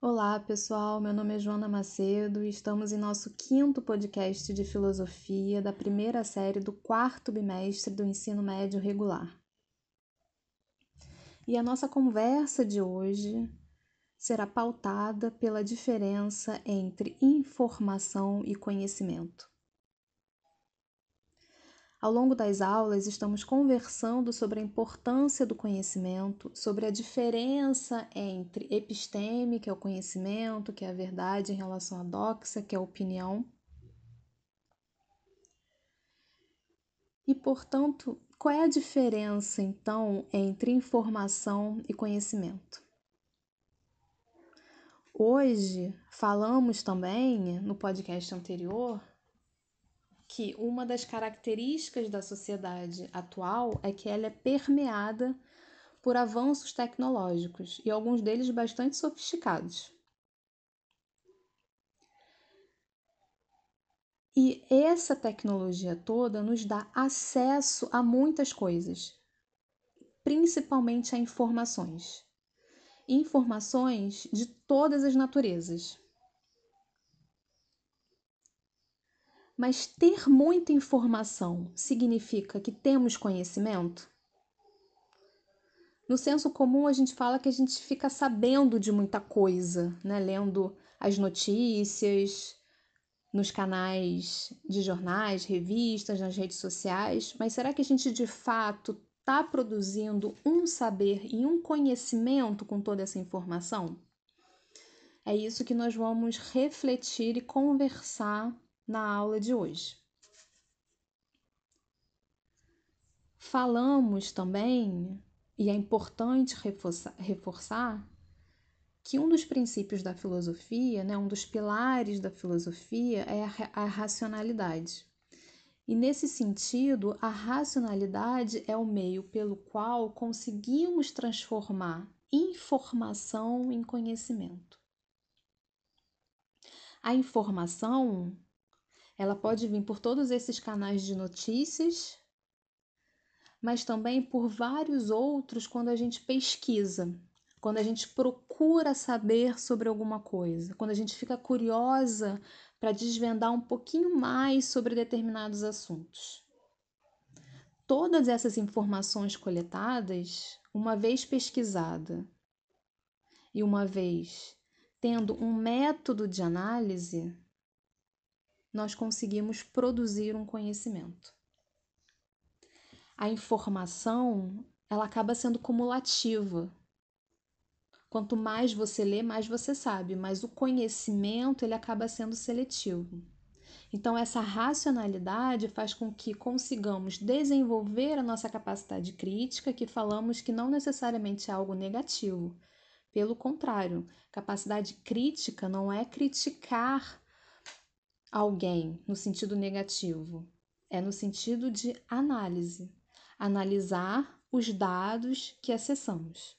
Olá, pessoal. Meu nome é Joana Macedo e estamos em nosso 5º podcast de filosofia da primeira série do 4º bimestre do ensino médio regular. E a nossa conversa de hoje será pautada pela diferença entre informação e conhecimento. Ao longo das aulas, estamos conversando sobre a importância do conhecimento, sobre a diferença entre episteme, que é o conhecimento, que é a verdade, em relação à doxa, que é a opinião. E, portanto, qual é a diferença, então, entre informação e conhecimento? Hoje, falamos também, no podcast anterior, que uma das características da sociedade atual é que ela é permeada por avanços tecnológicos e alguns deles bastante sofisticados. E essa tecnologia toda nos dá acesso a muitas coisas, principalmente a informações. Informações de todas as naturezas. Mas ter muita informação significa que temos conhecimento? No senso comum, a gente fala que a gente fica sabendo de muita coisa, né? Lendo as notícias, nos canais de jornais, revistas, nas redes sociais. Mas será que a gente, de fato, está produzindo um saber e um conhecimento com toda essa informação? É isso que nós vamos refletir e conversar na aula de hoje. Falamos também, e é importante reforçar, que um dos princípios da filosofia, né, um dos pilares da filosofia é a racionalidade. E nesse sentido, a racionalidade é o meio pelo qual conseguimos transformar informação em conhecimento. A informação, ela pode vir por todos esses canais de notícias, mas também por vários outros quando a gente pesquisa, quando a gente procura saber sobre alguma coisa, quando a gente fica curiosa para desvendar um pouquinho mais sobre determinados assuntos. Todas essas informações coletadas, uma vez pesquisada e uma vez tendo um método de análise, nós conseguimos produzir um conhecimento. A informação, ela acaba sendo cumulativa. Quanto mais você lê, mais você sabe, mas o conhecimento, ele acaba sendo seletivo. Então, essa racionalidade faz com que consigamos desenvolver a nossa capacidade crítica, que falamos que não necessariamente é algo negativo. Pelo contrário, capacidade crítica não é criticar alguém no sentido negativo, é no sentido de análise. Analisar os dados que acessamos.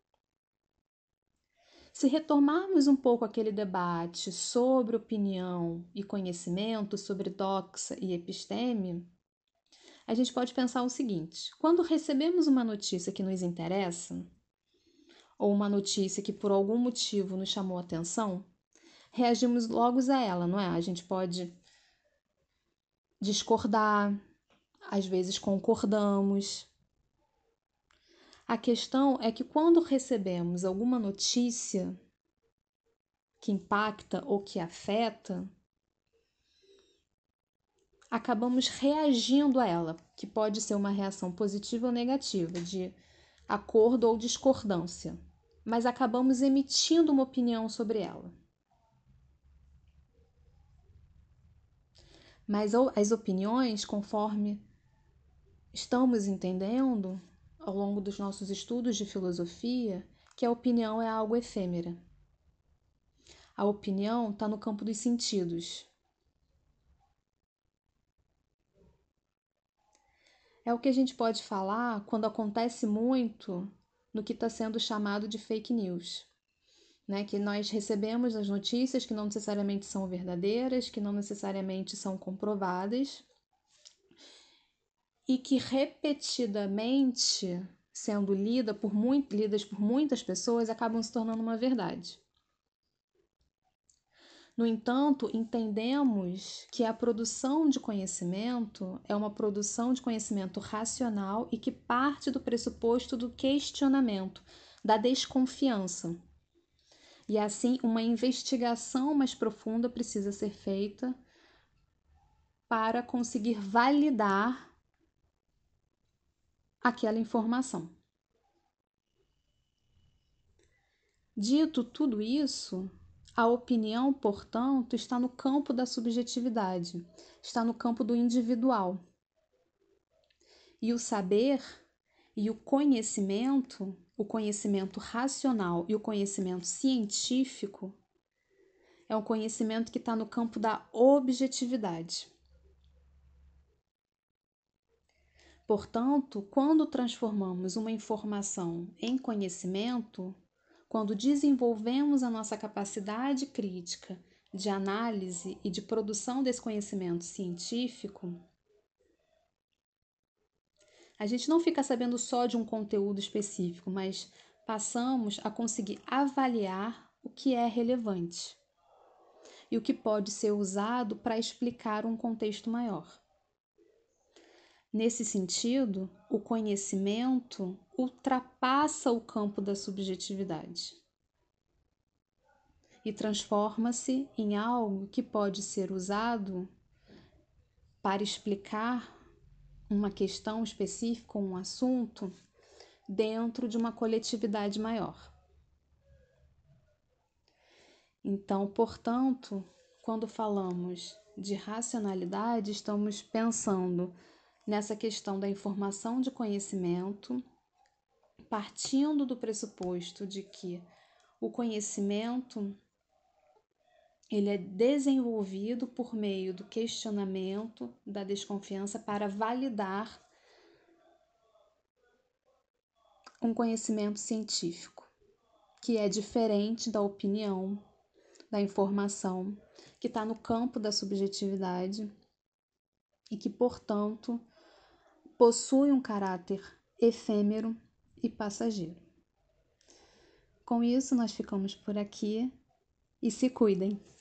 Se retomarmos um pouco aquele debate sobre opinião e conhecimento, sobre doxa e episteme, a gente pode pensar o seguinte: quando recebemos uma notícia que nos interessa, ou uma notícia que por algum motivo nos chamou a atenção, reagimos logo a ela, não é? A gente pode discordar, às vezes concordamos. A questão é que quando recebemos alguma notícia que impacta ou que afeta, acabamos reagindo a ela, que pode ser uma reação positiva ou negativa, de acordo ou discordância, mas acabamos emitindo uma opinião sobre ela. Mas as opiniões, conforme estamos entendendo ao longo dos nossos estudos de filosofia, que a opinião é algo efêmera. A opinião está no campo dos sentidos. É o que a gente pode falar quando acontece muito no que está sendo chamado de fake news, né? Que nós recebemos as notícias que não necessariamente são verdadeiras, que não necessariamente são comprovadas e que repetidamente, sendo lidas por muitas pessoas, acabam se tornando uma verdade. No entanto, entendemos que a produção de conhecimento é uma produção de conhecimento racional e que parte do pressuposto do questionamento, da desconfiança. E assim, uma investigação mais profunda precisa ser feita para conseguir validar aquela informação. Dito tudo isso, a opinião, portanto, está no campo da subjetividade, está no campo do individual. E o saber e o conhecimento racional e o conhecimento científico, é um conhecimento que está no campo da objetividade. Portanto, quando transformamos uma informação em conhecimento, quando desenvolvemos a nossa capacidade crítica de análise e de produção desse conhecimento científico, a gente não fica sabendo só de um conteúdo específico, mas passamos a conseguir avaliar o que é relevante e o que pode ser usado para explicar um contexto maior. Nesse sentido, o conhecimento ultrapassa o campo da subjetividade e transforma-se em algo que pode ser usado para explicar uma questão específica, um assunto, dentro de uma coletividade maior. Então, portanto, quando falamos de racionalidade, estamos pensando nessa questão da informação de conhecimento, partindo do pressuposto de que o conhecimento ele é desenvolvido por meio do questionamento, da desconfiança, para validar um conhecimento científico, que é diferente da opinião, da informação, que está no campo da subjetividade e que, portanto, possui um caráter efêmero e passageiro. Com isso, nós ficamos por aqui e se cuidem!